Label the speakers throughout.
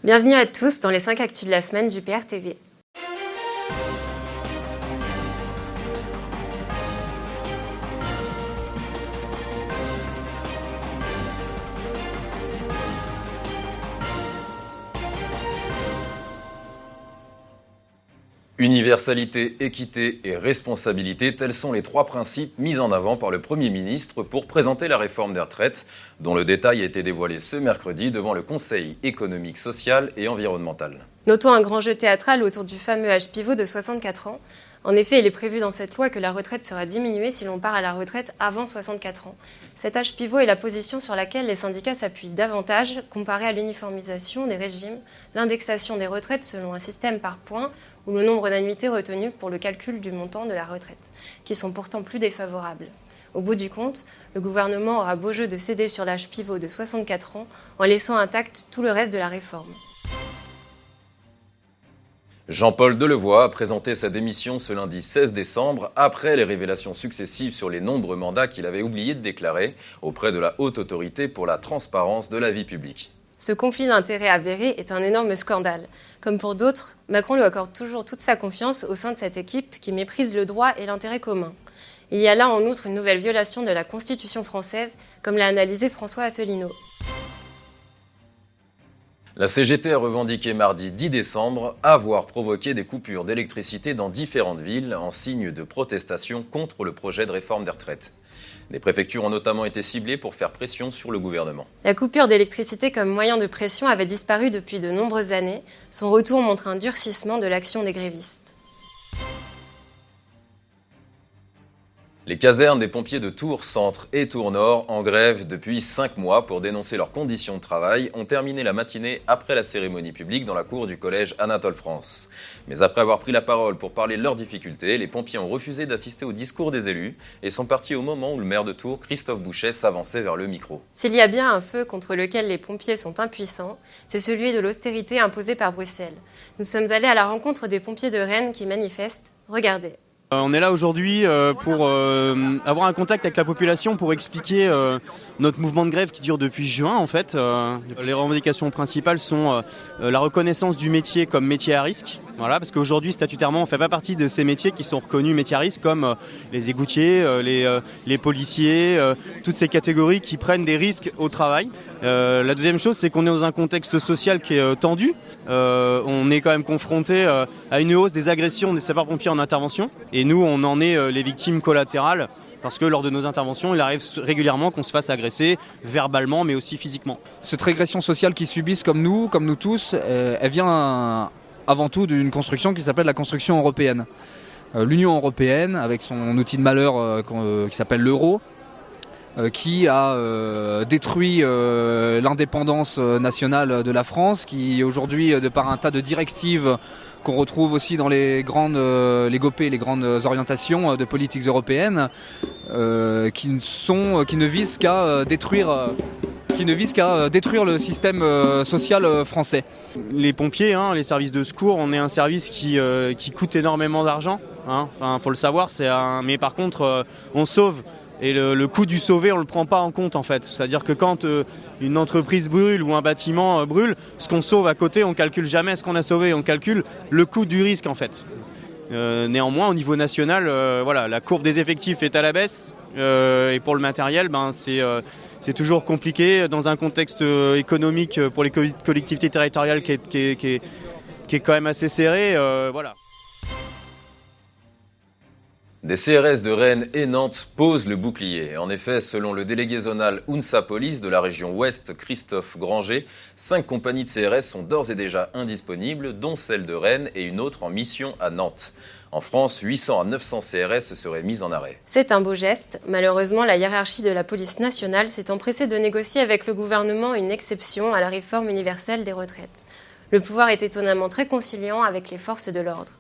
Speaker 1: Bienvenue à tous dans les 5 actus de la semaine du PR-TV.
Speaker 2: Universalité, équité et responsabilité, tels sont les 3 principes mis en avant par le Premier ministre pour présenter la réforme des retraites, dont le détail a été dévoilé ce mercredi devant le Conseil économique, social et environnemental.
Speaker 1: Notons un grand jeu théâtral autour du fameux âge pivot de 64 ans. En effet, il est prévu dans cette loi que la retraite sera diminuée si l'on part à la retraite avant 64 ans. Cet âge pivot est la position sur laquelle les syndicats s'appuient davantage, comparé à l'uniformisation des régimes, l'indexation des retraites selon un système par points ou le nombre d'annuités retenues pour le calcul du montant de la retraite, qui sont pourtant plus défavorables. Au bout du compte, le gouvernement aura beau jeu de céder sur l'âge pivot de 64 ans en laissant intact tout le reste de la réforme.
Speaker 2: Jean-Paul Delevoye a présenté sa démission ce lundi 16 décembre après les révélations successives sur les nombreux mandats qu'il avait oublié de déclarer auprès de la Haute Autorité pour la transparence de la vie publique.
Speaker 1: Ce conflit d'intérêts avéré est un énorme scandale. Comme pour d'autres, Macron lui accorde toujours toute sa confiance au sein de cette équipe qui méprise le droit et l'intérêt commun. Il y a là en outre une nouvelle violation de la Constitution française, comme l'a analysé François Asselineau.
Speaker 2: La CGT a revendiqué mardi 10 décembre avoir provoqué des coupures d'électricité dans différentes villes en signe de protestation contre le projet de réforme des retraites. Les préfectures ont notamment été ciblées pour faire pression sur le gouvernement.
Speaker 1: La coupure d'électricité comme moyen de pression avait disparu depuis de nombreuses années. Son retour montre un durcissement de l'action des grévistes.
Speaker 2: Les casernes des pompiers de Tours Centre et Tours Nord, en grève depuis 5 mois pour dénoncer leurs conditions de travail, ont terminé la matinée après la cérémonie publique dans la cour du collège Anatole France. Mais après avoir pris la parole pour parler de leurs difficultés, les pompiers ont refusé d'assister au discours des élus et sont partis au moment où le maire de Tours, Christophe Bouchet, s'avançait vers le micro.
Speaker 1: S'il y a bien un feu contre lequel les pompiers sont impuissants, c'est celui de l'austérité imposée par Bruxelles. Nous sommes allés à la rencontre des pompiers de Rennes qui manifestent. Regardez.
Speaker 3: On est là aujourd'hui pour avoir un contact avec la population pour expliquer notre mouvement de grève qui dure depuis juin en fait. Les revendications principales sont la reconnaissance du métier comme métier à risque. Voilà, parce qu'aujourd'hui statutairement on ne fait pas partie de ces métiers qui sont reconnus métiers à risque comme les égoutiers, les policiers, toutes ces catégories qui prennent des risques au travail. La deuxième chose c'est qu'on est dans un contexte social qui est tendu. On est quand même confronté à une hausse des agressions des sapeurs-pompiers en intervention. Et nous, on en est les victimes collatérales parce que lors de nos interventions, il arrive régulièrement qu'on se fasse agresser verbalement mais aussi physiquement.
Speaker 4: Cette régression sociale qu'ils subissent comme nous tous, elle vient avant tout d'une construction qui s'appelle la construction européenne. L'Union européenne, avec son outil de malheur qui s'appelle l'euro, qui a détruit l'indépendance nationale de la France, qui aujourd'hui, de par un tas de directives qu'on retrouve aussi dans les GOPE, les grandes orientations de politiques européennes, qui ne visent qu'à détruire le système social français. Les pompiers, les services de secours, on est un service qui coûte énormément d'argent. Enfin, faut le savoir, mais par contre, on sauve. Et le coût du sauvé, on ne le prend pas en compte en fait. C'est-à-dire que quand une entreprise brûle ou un bâtiment brûle, ce qu'on sauve à côté, on ne calcule jamais ce qu'on a sauvé, on calcule le coût du risque en fait. Néanmoins, au niveau national, la courbe des effectifs est à la baisse. Et pour le matériel, c'est toujours compliqué dans un contexte économique pour les collectivités territoriales qui est quand même assez serré. Voilà.
Speaker 2: Des CRS de Rennes et Nantes posent le bouclier. En effet, selon le délégué zonal UNSA Police de la région Ouest, Christophe Granger, 5 compagnies de CRS sont d'ores et déjà indisponibles, dont celle de Rennes et une autre en mission à Nantes. En France, 800 à 900 CRS seraient mis en arrêt.
Speaker 1: C'est un beau geste. Malheureusement, la hiérarchie de la police nationale s'est empressée de négocier avec le gouvernement une exception à la réforme universelle des retraites. Le pouvoir est étonnamment très conciliant avec les forces de l'ordre.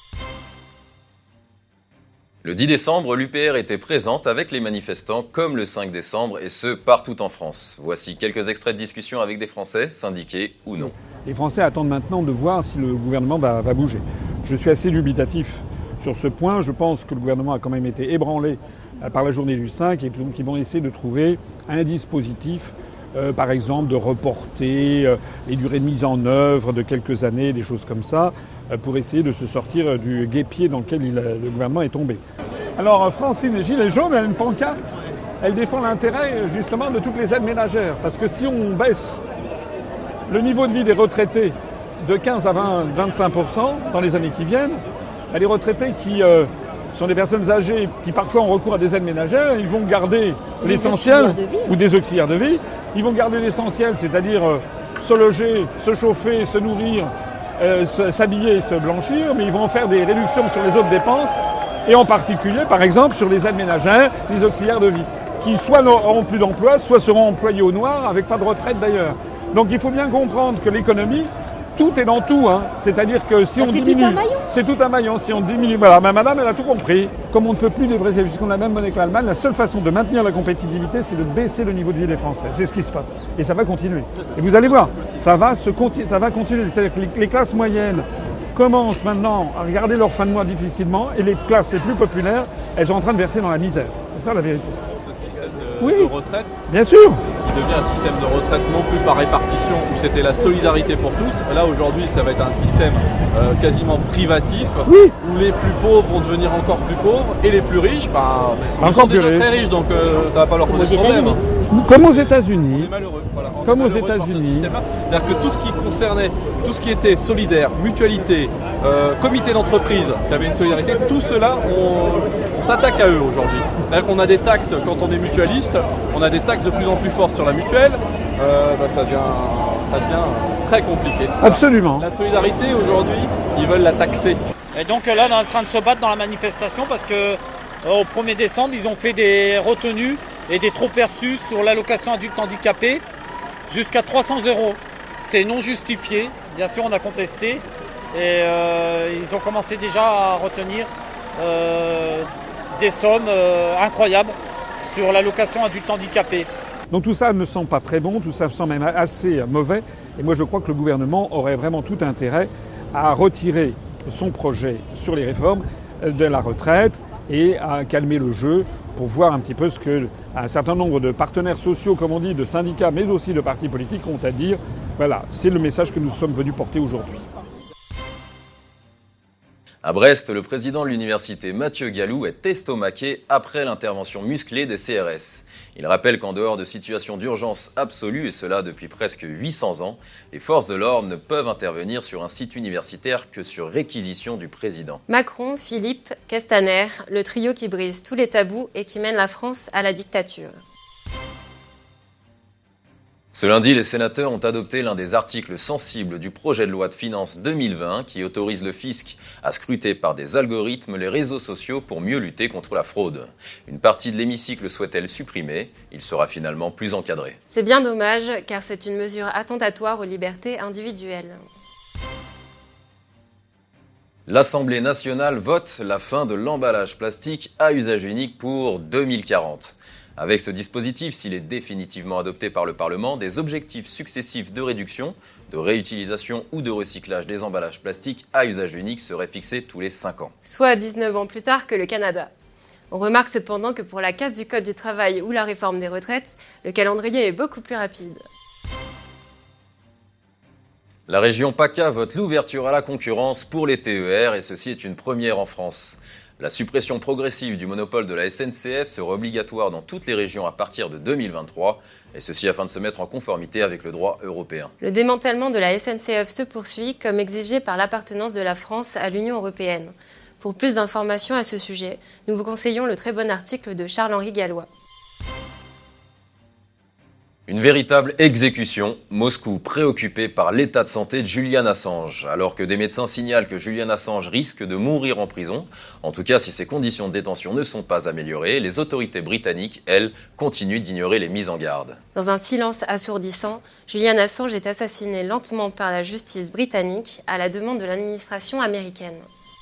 Speaker 2: Le 10 décembre, l'UPR était présente avec les manifestants comme le 5 décembre et ce, partout en France. Voici quelques extraits de discussion avec des Français, syndiqués ou non.
Speaker 5: Les Français attendent maintenant de voir si le gouvernement va bouger. Je suis assez dubitatif sur ce point. Je pense que le gouvernement a quand même été ébranlé par la journée du 5 et donc ils vont essayer de trouver un dispositif par exemple, de reporter les durées de mise en œuvre de quelques années, des choses comme ça, pour essayer de se sortir du guêpier dans lequel le gouvernement est tombé. Alors Francine, les Gilets jaunes, elle a une pancarte, elle défend l'intérêt justement de toutes les aides ménagères. Parce que si on baisse le niveau de vie des retraités de 15 à 25% dans les années qui viennent, les retraités qui sont des personnes âgées qui parfois ont recours à des aides ménagères, ils vont garder l'essentiel, ou des auxiliaires de vie, ils vont garder l'essentiel, c'est-à-dire se loger, se chauffer, se nourrir, s'habiller et se blanchir, mais ils vont en faire des réductions sur les autres dépenses, et en particulier, par exemple, sur les aides ménagères, les auxiliaires de vie, qui soit n'auront plus d'emploi, soit seront employés au noir, avec pas de retraite d'ailleurs. Donc il faut bien comprendre que l'économie, tout est dans tout, hein. C'est-à-dire que si on diminue, c'est tout un maillon. Si on diminue, voilà, madame, elle a tout compris. Comme on ne peut plus débraiser, puisqu'on a la même monnaie que l'Allemagne, la seule façon de maintenir la compétitivité, c'est de baisser le niveau de vie des Français. C'est ce qui se passe. Et ça va continuer. Et vous allez voir, ça va continuer. C'est-à-dire que les classes moyennes commencent maintenant à regarder leur fin de mois difficilement, et les classes les plus populaires, elles sont en train de verser dans la misère. C'est ça la vérité.
Speaker 6: Ce système de retraite,
Speaker 5: bien sûr,
Speaker 6: qui devient un système de retraite non plus par répartition, où c'était la solidarité pour tous. Là aujourd'hui, ça va être un système quasiment privatif, où les plus pauvres vont devenir encore plus pauvres, et les plus riches, ils sont déjà très riches, donc ça va pas leur poser de problème.
Speaker 5: Comme aux États-Unis.
Speaker 6: On est malheureux. Voilà.
Speaker 5: Comme aux États-Unis.
Speaker 6: C'est-à-dire que tout ce qui concernait, tout ce qui était solidaire, mutualité, comité d'entreprise, qui avait une solidarité, tout cela, on s'attaque à eux aujourd'hui. C'est-à-dire qu'on a des taxes, quand on est mutualiste, on a des taxes de plus en plus fortes sur la mutuelle, ça devient très compliqué. Voilà.
Speaker 5: Absolument.
Speaker 6: La solidarité aujourd'hui, ils veulent la taxer.
Speaker 7: Et donc là, on est en train de se battre dans la manifestation parce que au 1er décembre, ils ont fait des retenues et des trop perçus sur l'allocation adulte handicapé jusqu'à 300 €. C'est non justifié, bien sûr on a contesté et ils ont commencé déjà à retenir des sommes incroyables sur l'allocation adulte handicapé.
Speaker 5: Donc tout ça ne sent pas très bon, tout ça sent même assez mauvais, et moi je crois que le gouvernement aurait vraiment tout intérêt à retirer son projet sur les réformes de la retraite et à calmer le jeu pour voir un petit peu ce que un certain nombre de partenaires sociaux, comme on dit, de syndicats, mais aussi de partis politiques ont à dire. Voilà, c'est le message que nous sommes venus porter aujourd'hui.
Speaker 2: À Brest, le président de l'université Mathieu Gallou est estomaqué après l'intervention musclée des CRS. Il rappelle qu'en dehors de situations d'urgence absolue, et cela depuis presque 800 ans, les forces de l'ordre ne peuvent intervenir sur un site universitaire que sur réquisition du président.
Speaker 1: Macron, Philippe, Castaner, le trio qui brise tous les tabous et qui mène la France à la dictature.
Speaker 2: Ce lundi, les sénateurs ont adopté l'un des articles sensibles du projet de loi de finances 2020 qui autorise le fisc à scruter par des algorithmes les réseaux sociaux pour mieux lutter contre la fraude. Une partie de l'hémicycle souhaite-t-elle supprimer. Il sera finalement plus encadré.
Speaker 1: C'est bien dommage car c'est une mesure attentatoire aux libertés individuelles.
Speaker 2: L'Assemblée nationale vote la fin de l'emballage plastique à usage unique pour 2040. Avec ce dispositif, s'il est définitivement adopté par le Parlement, des objectifs successifs de réduction, de réutilisation ou de recyclage des emballages plastiques à usage unique seraient fixés tous les 5 ans.
Speaker 1: Soit 19 ans plus tard que le Canada. On remarque cependant que pour la casse du Code du travail ou la réforme des retraites, le calendrier est beaucoup plus rapide.
Speaker 2: La région PACA vote l'ouverture à la concurrence pour les TER et ceci est une première en France. La suppression progressive du monopole de la SNCF sera obligatoire dans toutes les régions à partir de 2023, et ceci afin de se mettre en conformité avec le droit européen.
Speaker 1: Le démantèlement de la SNCF se poursuit comme exigé par l'appartenance de la France à l'Union européenne. Pour plus d'informations à ce sujet, nous vous conseillons le très bon article de Charles-Henri Gallois.
Speaker 2: Une véritable exécution, Moscou préoccupé par l'état de santé de Julian Assange, alors que des médecins signalent que Julian Assange risque de mourir en prison. En tout cas, si ses conditions de détention ne sont pas améliorées, les autorités britanniques, elles, continuent d'ignorer les mises en garde.
Speaker 1: Dans un silence assourdissant, Julian Assange est assassiné lentement par la justice britannique à la demande de l'administration américaine.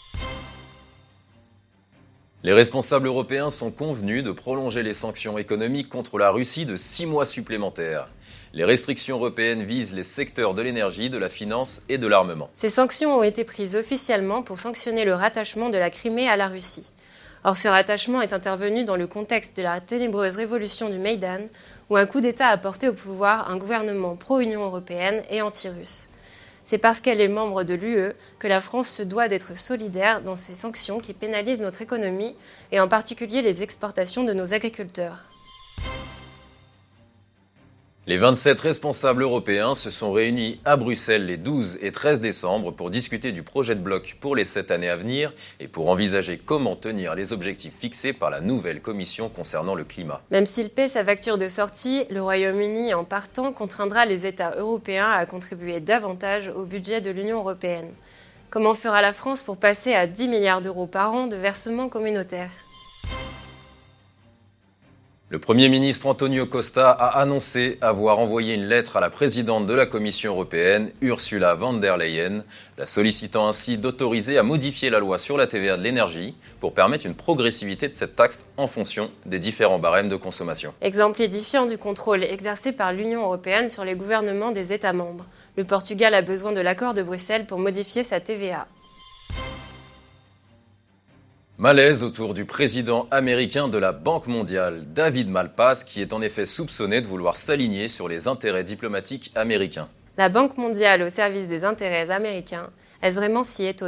Speaker 2: Les responsables européens sont convenus de prolonger les sanctions économiques contre la Russie de 6 mois supplémentaires. Les restrictions européennes visent les secteurs de l'énergie, de la finance et de l'armement.
Speaker 1: Ces sanctions ont été prises officiellement pour sanctionner le rattachement de la Crimée à la Russie. Or, ce rattachement est intervenu dans le contexte de la ténébreuse révolution du Maïdan, où un coup d'État a porté au pouvoir un gouvernement pro-Union européenne et anti-russe. C'est parce qu'elle est membre de l'UE que la France se doit d'être solidaire dans ces sanctions qui pénalisent notre économie et en particulier les exportations de nos agriculteurs.
Speaker 2: Les 27 responsables européens se sont réunis à Bruxelles les 12 et 13 décembre pour discuter du projet de bloc pour les 7 années à venir et pour envisager comment tenir les objectifs fixés par la nouvelle Commission concernant le climat.
Speaker 1: Même s'il paie sa facture de sortie, le Royaume-Uni, en partant, contraindra les États européens à contribuer davantage au budget de l'Union européenne. Comment fera la France pour passer à 10 milliards d'euros par an de versements communautaires ?
Speaker 2: Le Premier ministre Antonio Costa a annoncé avoir envoyé une lettre à la présidente de la Commission européenne, Ursula von der Leyen, la sollicitant ainsi d'autoriser à modifier la loi sur la TVA de l'énergie pour permettre une progressivité de cette taxe en fonction des différents barèmes de consommation.
Speaker 1: Exemple édifiant du contrôle exercé par l'Union européenne sur les gouvernements des États membres. Le Portugal a besoin de l'accord de Bruxelles pour modifier sa TVA.
Speaker 2: Malaise autour du président américain de la Banque mondiale, David Malpass, qui est en effet soupçonné de vouloir s'aligner sur les intérêts diplomatiques américains.
Speaker 1: La Banque mondiale au service des intérêts américains, est-ce vraiment si étonnant ?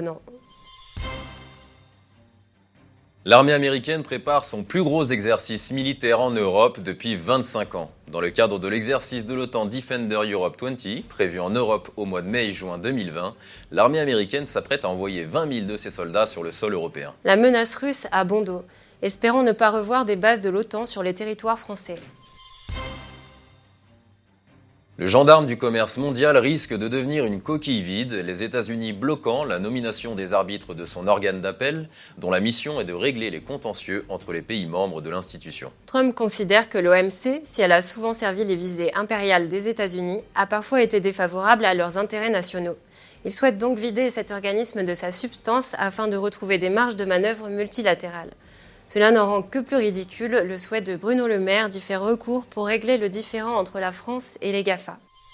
Speaker 2: L'armée américaine prépare son plus gros exercice militaire en Europe depuis 25 ans. Dans le cadre de l'exercice de l'OTAN Defender Europe 20, prévu en Europe au mois de mai et juin 2020, l'armée américaine s'apprête à envoyer 20 000 de ses soldats sur le sol européen.
Speaker 1: La menace russe a bon dos. Espérons ne pas revoir des bases de l'OTAN sur les territoires français.
Speaker 2: Le gendarme du commerce mondial risque de devenir une coquille vide, les États-Unis bloquant la nomination des arbitres de son organe d'appel, dont la mission est de régler les contentieux entre les pays membres de l'institution.
Speaker 1: Trump considère que l'OMC, si elle a souvent servi les visées impériales des États-Unis, a parfois été défavorable à leurs intérêts nationaux. Il souhaite donc vider cet organisme de sa substance afin de retrouver des marges de manœuvre multilatérales. Cela n'en rend que plus ridicule le souhait de Bruno Le Maire d'y faire recours pour régler le différend entre la France et les GAFA.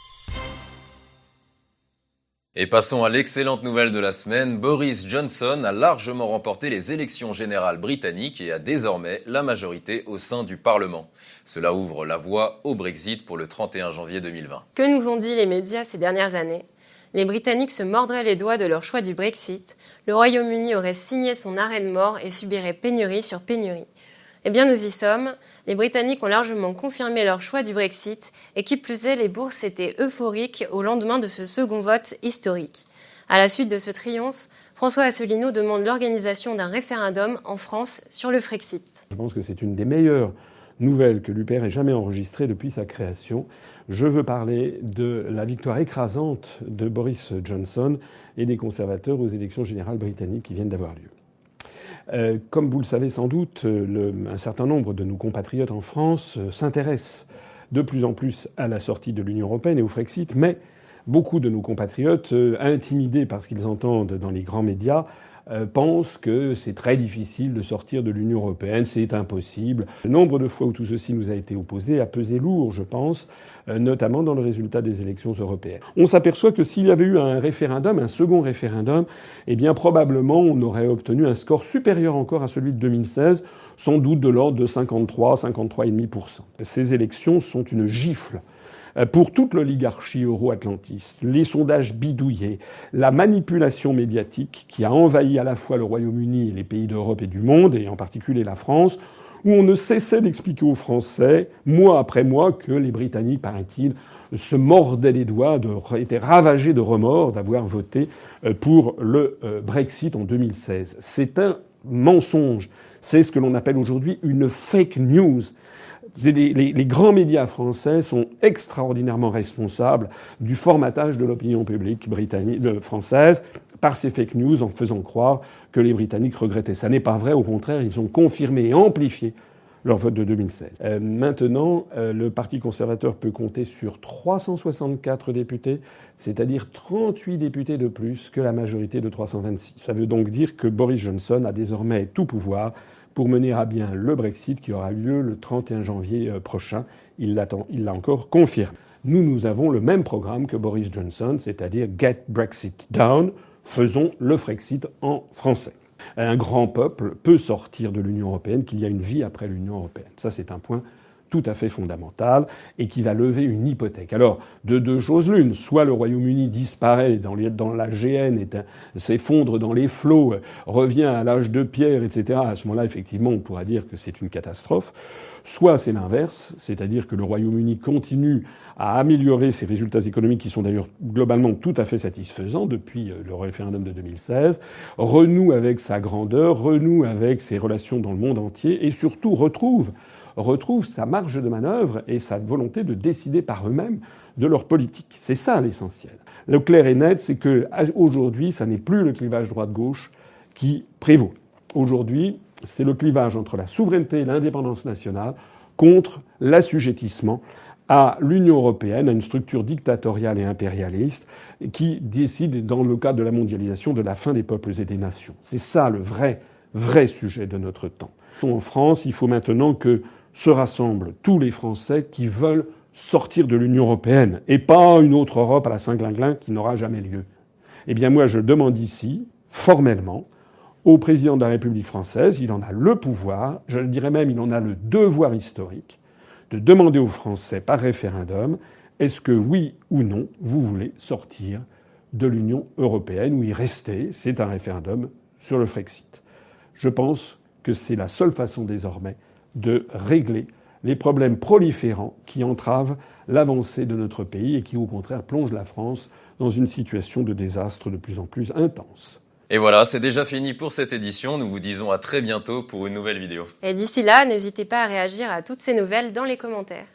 Speaker 2: Et passons à l'excellente nouvelle de la semaine, Boris Johnson a largement remporté les élections générales britanniques et a désormais la majorité au sein du Parlement. Cela ouvre la voie au Brexit pour le 31 janvier 2020.
Speaker 1: Que nous ont dit les médias ces dernières années ? Les Britanniques se mordraient les doigts de leur choix du Brexit, le Royaume-Uni aurait signé son arrêt de mort et subirait pénurie sur pénurie. Eh bien nous y sommes, les Britanniques ont largement confirmé leur choix du Brexit et qui plus est, les bourses étaient euphoriques au lendemain de ce second vote historique. À la suite de ce triomphe, François Asselineau demande l'organisation d'un référendum en France sur le Frexit.
Speaker 5: Je pense que c'est une des meilleures nouvelles que l'UPR ait jamais enregistrées depuis sa création. Je veux parler de la victoire écrasante de Boris Johnson et des conservateurs aux élections générales britanniques qui viennent d'avoir lieu. Comme vous le savez sans doute, un certain nombre de nos compatriotes en France s'intéressent de plus en plus à la sortie de l'Union européenne et au Frexit, mais beaucoup de nos compatriotes, intimidés par ce qu'ils entendent dans les grands médias, pensent que c'est très difficile de sortir de l'Union européenne, c'est impossible. Le nombre de fois où tout ceci nous a été opposé a pesé lourd, je pense, notamment dans le résultat des élections européennes. On s'aperçoit que s'il y avait eu un référendum, un second référendum, eh bien probablement on aurait obtenu un score supérieur encore à celui de 2016, sans doute de l'ordre de 53,5%. Ces élections sont une gifle pour toute l'oligarchie euro-atlantiste, les sondages bidouillés, la manipulation médiatique qui a envahi à la fois le Royaume-Uni et les pays d'Europe et du monde, et en particulier la France, où on ne cessait d'expliquer aux Français, mois après mois, que les Britanniques, paraît-il, se mordaient les doigts, étaient ravagés de remords d'avoir voté pour le Brexit en 2016. C'est un mensonge. C'est ce que l'on appelle aujourd'hui une fake news. Les grands médias français sont extraordinairement responsables du formatage de l'opinion publique française par ces fake news en faisant croire que les Britanniques regrettaient. Ça n'est pas vrai, au contraire, ils ont confirmé et amplifié leur vote de 2016. Maintenant, le Parti conservateur peut compter sur 364 députés, c'est-à-dire 38 députés de plus que la majorité de 326. Ça veut donc dire que Boris Johnson a désormais tout pouvoir pour mener à bien le Brexit qui aura lieu le 31 janvier prochain. Il l'a encore confirmé. Nous avons le même programme que Boris Johnson, c'est-à-dire Get Brexit Down, faisons le Frexit en français. Un grand peuple peut sortir de l'Union européenne, qu'il y a une vie après l'Union européenne. Ça, c'est un point tout à fait fondamental et qui va lever une hypothèque. Alors, de deux choses l'une. Soit le Royaume-Uni disparaît dans la GN, s'effondre dans les flots, revient à l'âge de pierre, etc. À ce moment-là, effectivement, on pourra dire que c'est une catastrophe. Soit c'est l'inverse, c'est-à-dire que le Royaume-Uni continue à améliorer ses résultats économiques qui sont d'ailleurs globalement tout à fait satisfaisants depuis le référendum de 2016, renoue avec sa grandeur, renoue avec ses relations dans le monde entier et surtout retrouve sa marge de manœuvre et sa volonté de décider par eux-mêmes de leur politique. C'est ça l'essentiel. Le clair et net, c'est que aujourd'hui, ça n'est plus le clivage droite-gauche qui prévaut. Aujourd'hui, c'est le clivage entre la souveraineté et l'indépendance nationale contre l'assujettissement à l'Union européenne, à une structure dictatoriale et impérialiste qui décide, dans le cadre de la mondialisation, de la fin des peuples et des nations. C'est ça le vrai sujet de notre temps. En France, il faut maintenant que se rassemblent tous les Français qui veulent sortir de l'Union européenne et pas une autre Europe à la Saint-Glinglin qui n'aura jamais lieu. Eh bien moi, je demande ici, formellement, au président de la République française, il en a le pouvoir, je dirais même il en a le devoir historique, de demander aux Français par référendum, est-ce que oui ou non, vous voulez sortir de l'Union européenne ou y rester? C'est un référendum sur le Frexit. Je pense que c'est la seule façon désormais de régler les problèmes proliférants qui entravent l'avancée de notre pays et qui, au contraire, plongent la France dans une situation de désastre de plus en plus intense.
Speaker 2: Et voilà, c'est déjà fini pour cette édition. Nous vous disons à très bientôt pour une nouvelle vidéo.
Speaker 1: Et d'ici là, n'hésitez pas à réagir à toutes ces nouvelles dans les commentaires.